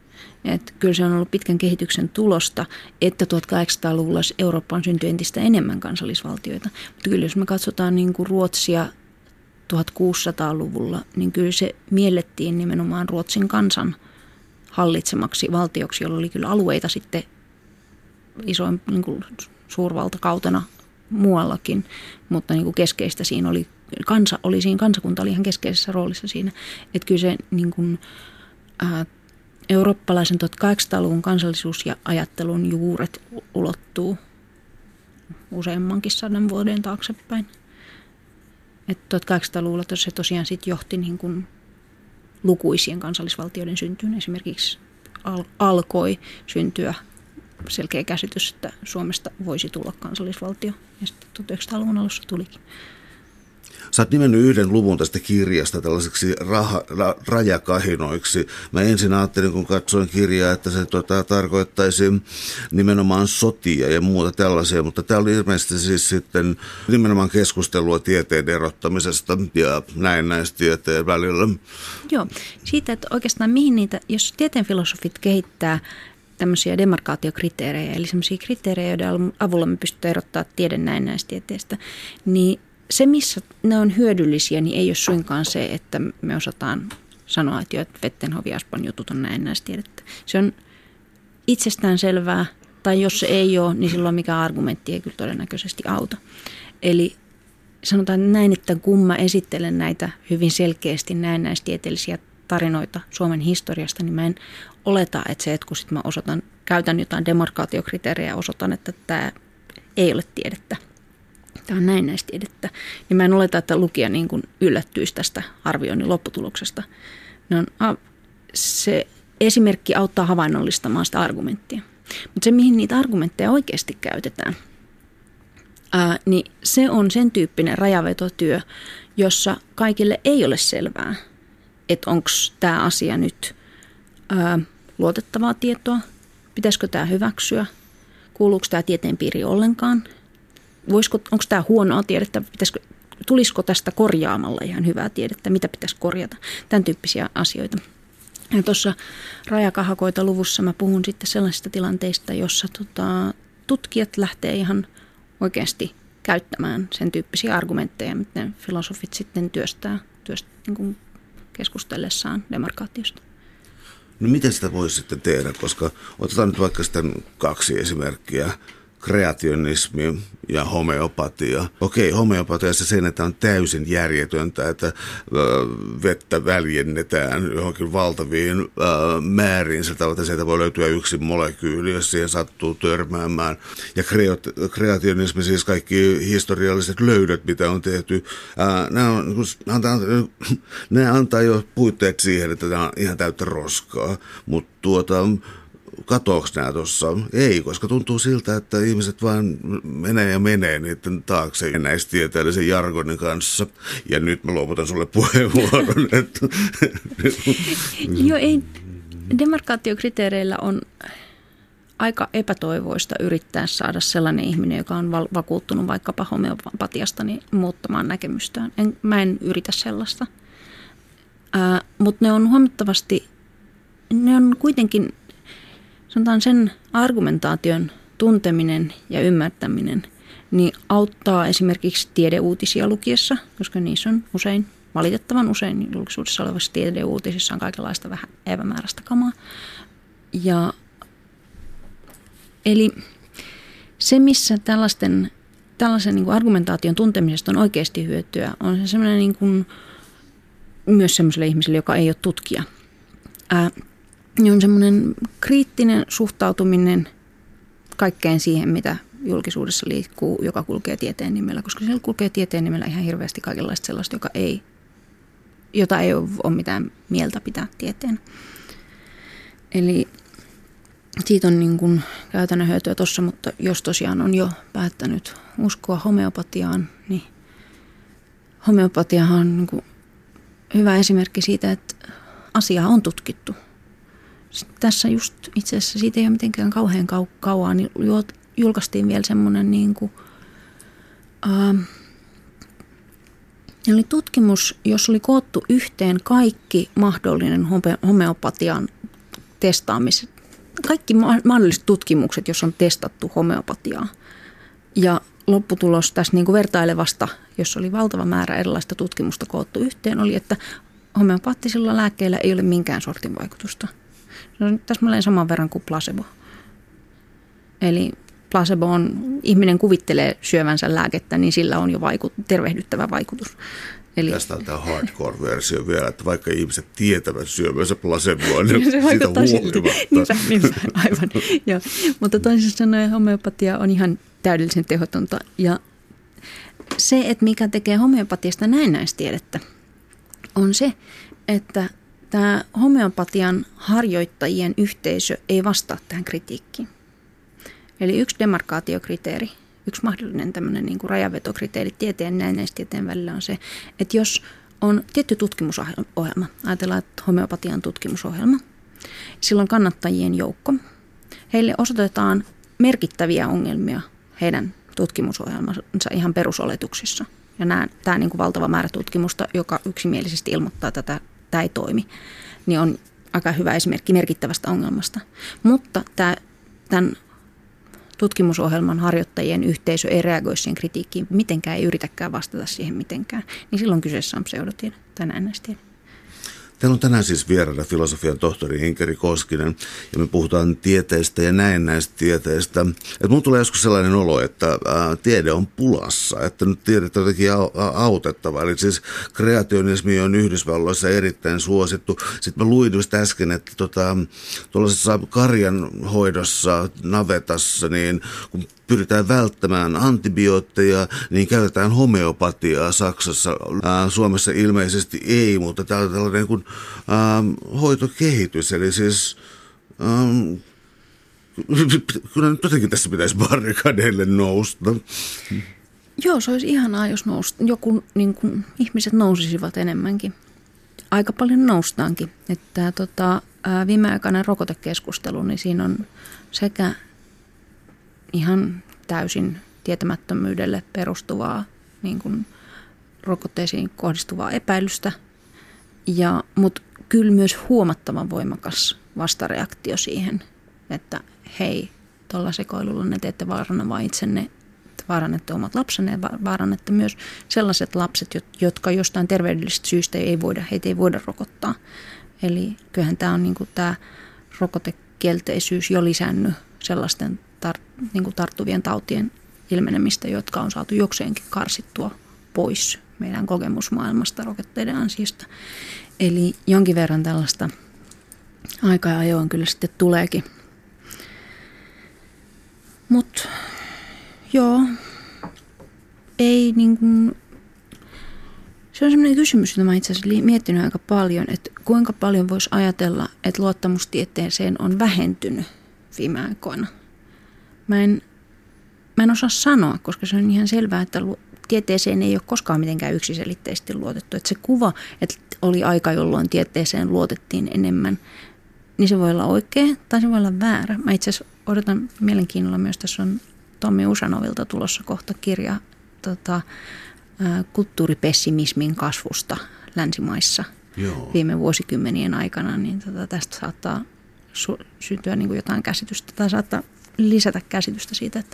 Että kyllä se on ollut pitkän kehityksen tulosta, että 1800-luvulla Eurooppaan syntyi entistä enemmän kansallisvaltioita. Mutta kyllä jos me katsotaan niin kuin Ruotsia 1600-luvulla, niin kyllä se miellettiin nimenomaan Ruotsin kansan hallitsemaksi valtioksi, jolla oli kyllä alueita sitten isoin niin kuin suurvaltakautena muuallakin, mutta niin kuin keskeistä siinä oli, kansakunta oli ihan keskeisessä roolissa siinä, että kyllä se niin kuin, eurooppalaisen 1800-luvun kansallisuus- ja ajattelun juuret ulottuu useammankin 100 vuoden taaksepäin. Että 1800-luvulla se tosiaan sit johti niin kuin lukuisien kansallisvaltioiden syntyyn. Esimerkiksi alkoi syntyä selkeä käsitys, että Suomesta voisi tulla kansallisvaltio. Ja sitten 1900-luvun alussa tulikin. Sä oot nimennyt yhden luvun tästä kirjasta tällaiseksi rajakahinoiksi. Mä ensin ajattelin, kun katsoin kirjaa, että se tarkoittaisi nimenomaan sotia ja muuta tällaisia, mutta tämä oli ilmeisesti siis sitten nimenomaan keskustelua tieteen erottamisesta ja näennäistieteen välillä. Joo, siitä, että oikeastaan mihin niitä, jos tieteen filosofit kehittää tämmöisiä demarkaatiokriteerejä, eli sellaisia kriteerejä, joiden avulla me pystytään erottamaan tiede näennäistieteestä, niin se, missä ne on hyödyllisiä, niin ei ole suinkaan se, että me osataan sanoa, että Vettenhoff ja Aspan jutut on näennäistiedettä. Se on itsestään selvää, tai jos se ei ole, niin silloin mikään argumentti ei kyllä todennäköisesti auta. Eli sanotaan näin, että kun mä esittelen näitä hyvin selkeästi näennäistieteellisiä tarinoita Suomen historiasta, niin mä en oleta, että se, että kun sit mä käytän jotain demarkaatiokriteerejä ja osoitan, että tämä ei ole tiedettä. Tämä on näennäistiedettä, niin mä en oleta, että lukija niin kuin yllättyisi tästä arvioinnin lopputuloksesta. Se esimerkki auttaa havainnollistamaan sitä argumenttia. Mutta se, mihin niitä argumentteja oikeasti käytetään, niin se on sen tyyppinen rajavetotyö, jossa kaikille ei ole selvää, että onko tämä asia nyt luotettavaa tietoa, pitäisikö tämä hyväksyä, kuuluuko tämä tieteen piiriin ollenkaan, onko tämä huonoa tiedettä, tulisiko tästä korjaamalla ihan hyvää tiedettä, mitä pitäisi korjata, tämän tyyppisiä asioita. Ja tuossa Rajakahakoita luvussa mä puhun sitten sellaisista tilanteista, jossa tutkijat lähtee ihan oikeasti käyttämään sen tyyppisiä argumentteja, mitä filosofit sitten työstää niin kuin keskustellessaan demarkaatiosta. No miten sitä voisi sitten tehdä, koska otetaan nyt vaikka sitten 2 esimerkkiä. Kreationismi ja homeopatia. Okei, homeopatiassa sen, että on täysin järjetöntä, että vettä väljennetään johonkin valtaviin määriin. Sieltä voi löytyä yksi molekyyli, jos siihen sattuu törmäämään. Ja kreationismi, siis kaikki historialliset löydöt, mitä on tehty, nämä antaa jo puitteet siihen, että tämä on ihan täyttä roskaa. Mutta katoako nämä tuossa? Ei, koska tuntuu siltä, että ihmiset vaan menee niiden taakse näistieteellisen jargonin kanssa. Ja nyt mä luovutan sulle puheenvuoron. Joo, ei. Demarkaatiokriteereillä on aika epätoivoista yrittää saada sellainen ihminen, joka on vakuuttunut vaikkapa homeopatiasta, niin muuttamaan näkemystään. Mä en yritä sellaista. Mutta ne on kuitenkin, sanotaan sen argumentaation tunteminen ja ymmärtäminen, niin auttaa esimerkiksi tiedeuutisia lukiessa, koska niissä on valitettavan usein julkisuudessa olevassa tiedeuutisissa on kaikenlaista vähän epämääräistä kamaa. Eli se, missä tällaisen niin kuin argumentaation tuntemisesta on oikeasti hyötyä, on se sellainen niin kuin, myös sellaiselle ihmiselle, joka ei ole tutkija. Niin on semmoinen kriittinen suhtautuminen kaikkeen siihen, mitä julkisuudessa liikkuu, joka kulkee tieteen nimellä, koska siellä kulkee tieteen nimellä ihan hirveästi kaikenlaista sellaista, jota ei ole mitään mieltä pitää tieteen. Eli siitä on niin kuin käytännön hyötyä tuossa, mutta jos tosiaan on jo päättänyt uskoa homeopatiaan, niin homeopatiahan on niin kuin hyvä esimerkki siitä, että asiaa on tutkittu. Tässä just itse asiassa siitä ei ole mitenkään kauhean kauan, niin julkaistiin vielä semmoinen niin kuin, oli tutkimus, jossa oli koottu yhteen kaikki mahdollinen homeopatian kaikki mahdolliset tutkimukset, jos on testattu homeopatiaa. Ja lopputulos tässä niin kuin vertailevasta, jos oli valtava määrä erilaista tutkimusta koottu yhteen, oli, että homeopaattisilla lääkkeillä ei ole minkään sortin vaikutusta. Se on täsmälleen saman verran kuin placebo. Eli placebo on, ihminen kuvittelee syövänsä lääkettä, niin sillä on jo tervehdyttävä vaikutus. Eli tästä on tämä hardcore-versio vielä, että vaikka ihmiset tietävät syömänsä placeboa, niin se sitä vaikuttaa huolimatta. Niinpä, aivan. Joo. Mutta toisin sanoen homeopatia on ihan täydellisen tehotonta. Ja se, että mikä tekee homeopatiasta näennäistiedettä, on se, että tämä homeopatian harjoittajien yhteisö ei vastaa tähän kritiikkiin. Eli yksi demarkaatiokriteeri, yksi mahdollinen tämmöinen niin kuin rajanvetokriteeri tieteen ja näennäistieteen välillä on se, että jos on tietty tutkimusohjelma, ajatellaan, että homeopatian tutkimusohjelma, silloin kannattajien joukko, heille osoitetaan merkittäviä ongelmia heidän tutkimusohjelmansa ihan perusoletuksissa. Ja tämä niin kuin valtava määrä tutkimusta, joka yksimielisesti ilmoittaa, että tämä ei toimi, niin on aika hyvä esimerkki merkittävästä ongelmasta. Mutta tämän tutkimusohjelman harjoittajien yhteisö ei reagoi siihen kritiikkiin mitenkään, ei yritäkään vastata siihen mitenkään, niin silloin kyseessä on pseudotiede tai näennäistiede. Täällä on tänään siis vieraana filosofian tohtori Inkeri Koskinen ja me puhutaan tieteestä ja näennäistieteestä. Mun tulee joskus sellainen olo, että tiede on pulassa, että nyt tiedettä on jotenkin autettava. Eli siis kreationismi on Yhdysvalloissa erittäin suosittu. Sitten mä luin just äsken, että tuollaisessa karjanhoidossa navetassa, niin kun pyritään välttämään antibiootteja, niin käytetään homeopatiaa Saksassa. Suomessa ilmeisesti ei, mutta tämä on tällainen kuin hoitokehitys. Eli siis kyllä nyt jotenkin tässä pitäisi barrikadeille nousta. Joo, se olisi ihanaa, jos joku niin kuin, ihmiset nousisivat enemmänkin. Aika paljon noustaankin. Että viimeaikainen rokotekeskustelu, niin siinä on sekä ihan täysin tietämättömyydelle perustuvaa niin kuin rokotteisiin kohdistuvaa epäilystä, mutta kyllä myös huomattavan voimakas vastareaktio siihen, että hei, tuolla sekoilulla ne te ette vaaranna vain itsenne, vaarannette omat lapsenne ja vaarannette myös sellaiset lapset, jotka jostain terveydellisistä syistä heitä ei voida rokottaa. Eli kyllähän tämä on niin kuin tämä rokotekielteisyys jo lisännyt sellaisten niin kuin tarttuvien tautien ilmenemistä, jotka on saatu jokseenkin karsittua pois meidän kokemusmaailmasta rokotteiden ansiosta. Eli jonkin verran tällaista aikaa ajoin kyllä sitten tuleekin. Mutta joo, ei niin kuin, se on sellainen kysymys, jota mä itse asiassa miettinyt aika paljon, että kuinka paljon voisi ajatella, että luottamustieteeseen on vähentynyt viime aikoina. Mä en osaa sanoa, koska se on ihan selvää, että tieteeseen ei ole koskaan mitenkään yksiselitteisesti luotettu. Että se kuva, että oli aika, jolloin tieteeseen luotettiin enemmän, niin se voi olla oikea tai se voi olla väärä. Mä itse asiassa odotan mielenkiinnolla myös, tässä on Tommi Usanovilta tulossa kohta kirja kulttuuripessimismin kasvusta länsimaissa. Joo. Viime vuosikymmenien aikana, niin tästä saattaa syntyä niin kuin jotain käsitystä tai saattaa lisätä käsitystä siitä,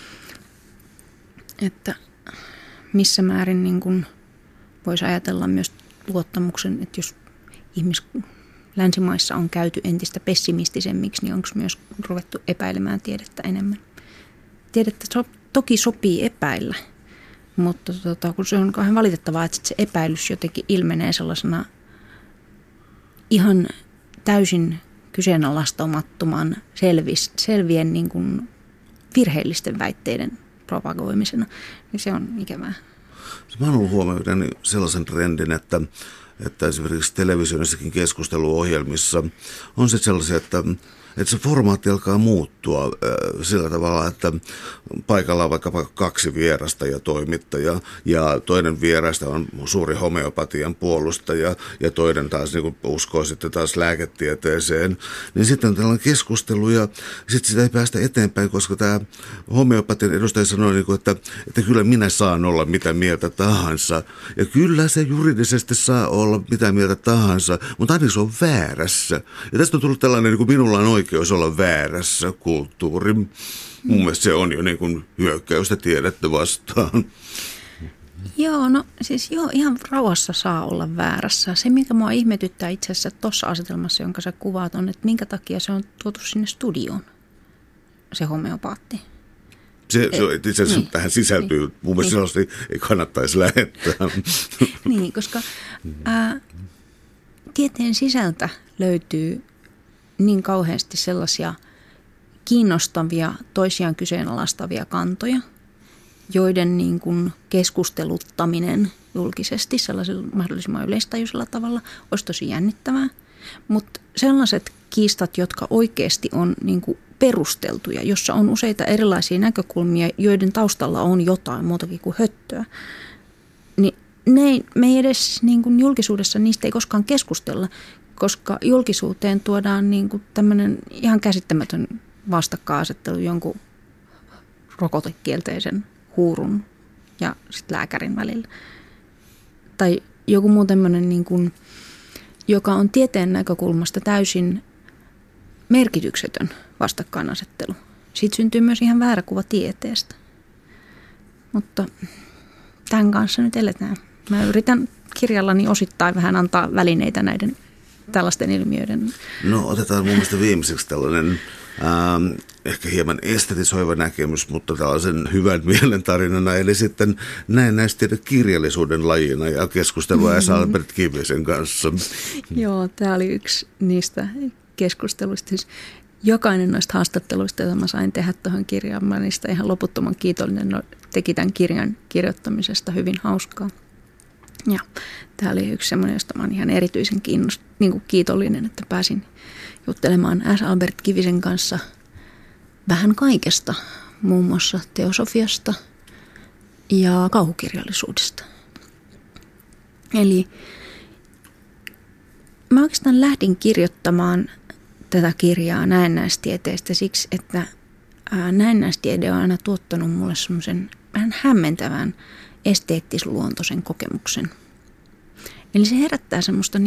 että missä määrin niin kuin voisi ajatella myös luottamuksen, että jos länsimaissa on käyty entistä pessimistisemmiksi, niin onko myös ruvettu epäilemään tiedettä enemmän. Tiedettä toki sopii epäillä, mutta kun se on kauhean valitettavaa, että se epäilys jotenkin ilmenee sellaisena ihan täysin kyseenalaistamattoman selvien niin kuin virheellisten väitteiden propagoimisena, niin se on ikävää. Mä oon ollut huomioiden sellaisen trendin, että esimerkiksi televisioissakin keskusteluohjelmissa on se sellaisia, että että se formaatti alkaa muuttua sillä tavalla, että paikalla on vaikkapa 2 vierasta ja toimittaja, ja toinen vierasta on suuri homeopatian puolustaja, ja toinen taas niin uskoo sitten taas lääketieteeseen. Niin sitten on tällainen keskustelu, ja sitten sitä ei päästä eteenpäin, koska tämä homeopatian edustaja sanoi, että kyllä minä saan olla mitä mieltä tahansa. Ja kyllä se juridisesti saa olla mitä mieltä tahansa, mutta aina se on väärässä. Ja tästä on tullut tällainen, niin kuin minulla on oikeus olla väärässä kulttuuri. Mun mielestä se on jo niin kuin hyökkäystä tiedettä vastaan. Joo, no siis ihan rauhassa saa olla väärässä. Se, mikä mua ihmetyttää itse asiassa tuossa asetelmassa, jonka sä kuvaat, on, että minkä takia se on tuotu sinne studioon, se homeopaatti. Se itse asiassa tähän sisältyy. Niin, mun mielestä sellaista ei kannattaisi lähettää. Niin, koska tieteen sisältä löytyy niin kauheasti sellaisia kiinnostavia, toisiaan kyseenalaistavia kantoja, joiden niin kuin keskusteluttaminen julkisesti sellaisella mahdollisimman yleistajuisella tavalla olisi tosi jännittävää. Mutta sellaiset kiistat, jotka oikeasti on niin kuin perusteltuja, jossa on useita erilaisia näkökulmia, joiden taustalla on jotain muutakin kuin höttöä, niin me ei edes niin kuin julkisuudessa niistä ei koskaan keskustella, koska julkisuuteen tuodaan niin kuin tämmöinen ihan käsittämätön vastakkainasettelu jonkun rokotekielteisen huurun ja sitten lääkärin välillä. Tai joku muu tämmöinen, niin kuin, joka on tieteen näkökulmasta täysin merkityksetön vastakkainasettelu. Siitä syntyy myös ihan väärä kuva tieteestä. Mutta tämän kanssa nyt eletään. Mä yritän kirjallani osittain vähän antaa välineitä näiden tällaisten ilmiöiden. No otetaan mun mielestä viimeiseksi tällainen ehkä hieman estetisoiva näkemys, mutta tällaisen hyvän mielen tarinana, eli sitten näennäistiede kirjallisuuden lajina ja keskustelua S. Albert Kivisen kanssa. Joo, tämä oli yksi niistä keskusteluista. Siis jokainen noista haastatteluista, joita mä sain tehdä tuohon kirjaan, mä niistä ihan loputtoman kiitollinen, teki tämän kirjan kirjoittamisesta hyvin hauskaa. Ja tämä oli yksi semmoinen, josta mä olen ihan erityisen kiitollinen, että pääsin juttelemaan S. Albert Kivisen kanssa vähän kaikesta, muun muassa teosofiasta ja kauhukirjallisuudesta. Eli mä oikeastaan lähdin kirjoittamaan tätä kirjaa näennäistieteestä siksi, että näennäistiede on aina tuottanut mulle semmoisen vähän hämmentävän esteettisluontoisen kokemuksen. Eli se herättää semmoista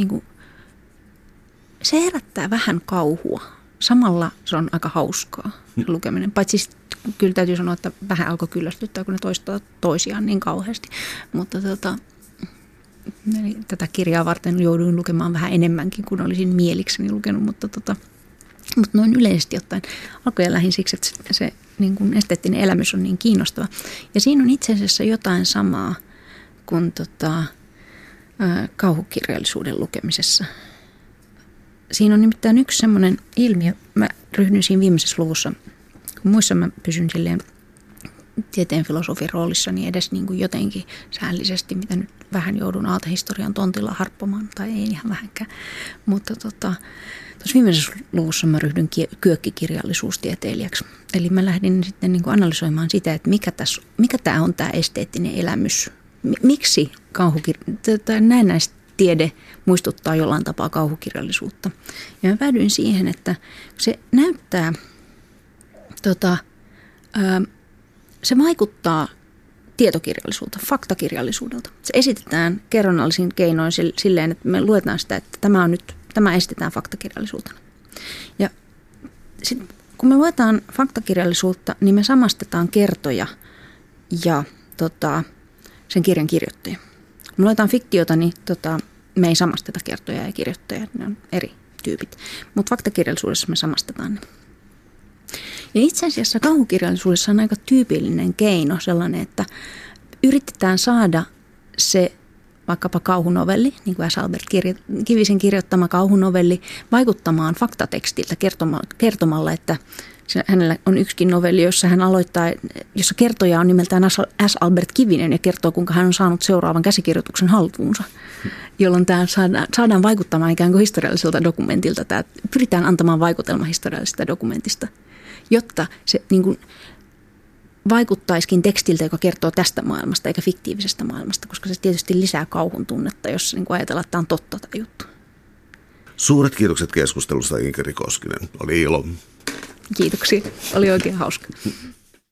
se herättää vähän kauhua. Samalla se on aika hauskaa lukeminen. Paitsi kyllä täytyy sanoa, että vähän alkoi kyllästyttää, kun ne toistaa toisiaan niin kauheasti. Mutta eli tätä kirjaa varten jouduin lukemaan vähän enemmänkin kuin olisin mielikseni lukenut. Mutta noin yleisesti ottaen alkoi lähin siksi, että se niin kuin esteettinen elämys on niin kiinnostava. Ja siinä on itse asiassa jotain samaa kuin kauhukirjallisuuden lukemisessa. Siinä on nimittäin yksi semmoinen ilmiö, mä ryhdyin siinä viimeisessä luvussa, kun muissa mä pysyn silleen tieteen filosofin roolissa, niin edes niin kuin jotenkin säällisesti, mitä nyt vähän joudun aaltohistorian tontilla harppomaan, tai ei ihan vähänkään. Mutta tuossa viimeisessä luvussa mä ryhdyin kyökkikirjallisuustieteilijäksi. Eli mä lähdin sitten niin kuin analysoimaan sitä, että mikä tämä on tämä esteettinen elämys. Miksi näennäistiede muistuttaa jollain tapaa kauhukirjallisuutta. Ja mä päädyin siihen, että se näyttää, se vaikuttaa tietokirjallisuudelta, faktakirjallisuudelta. Se esitetään kerronnallisin keinoin silleen, että me luetaan sitä, että tämä esitetään faktakirjallisuutena. Ja sit, kun me luetaan faktakirjallisuutta, niin me samastetaan kertoja ja sen kirjan kirjoittajia. Kun me luetaan fiktiota, niin me ei samasteta kertoja ja kirjoittajia, ne on eri tyypit. Mutta faktakirjallisuudessa me samastetaan ne. Ja itse asiassa kauhukirjallisuudessa on aika tyypillinen keino sellainen, että yritetään saada se vaikkapa kauhunovelli, niin kuin S. Albert Kivisen kirjoittama kauhunovelli, vaikuttamaan faktatekstiltä kertomalla, että hänellä on yksikin novelli, jossa hän aloittaa, jossa kertoja on nimeltään S. Albert Kivinen ja kertoo, kuinka hän on saanut seuraavan käsikirjoituksen haltuunsa, jolloin tämä saadaan vaikuttamaan ikään kuin historialliselta dokumentilta. Tämä pyritään antamaan vaikutelma historiallisesta dokumentista, jotta se niin kuin vaikuttaisikin tekstiltä, joka kertoo tästä maailmasta eikä fiktiivisesta maailmasta, koska se tietysti lisää kauhun tunnetta, jos niin kuin ajatellaan, että tämä on totta tämä juttu. Suuret kiitokset keskustelusta, Inkeri Koskinen. Oli ilo. Kiitoksia. Oli oikein hauska.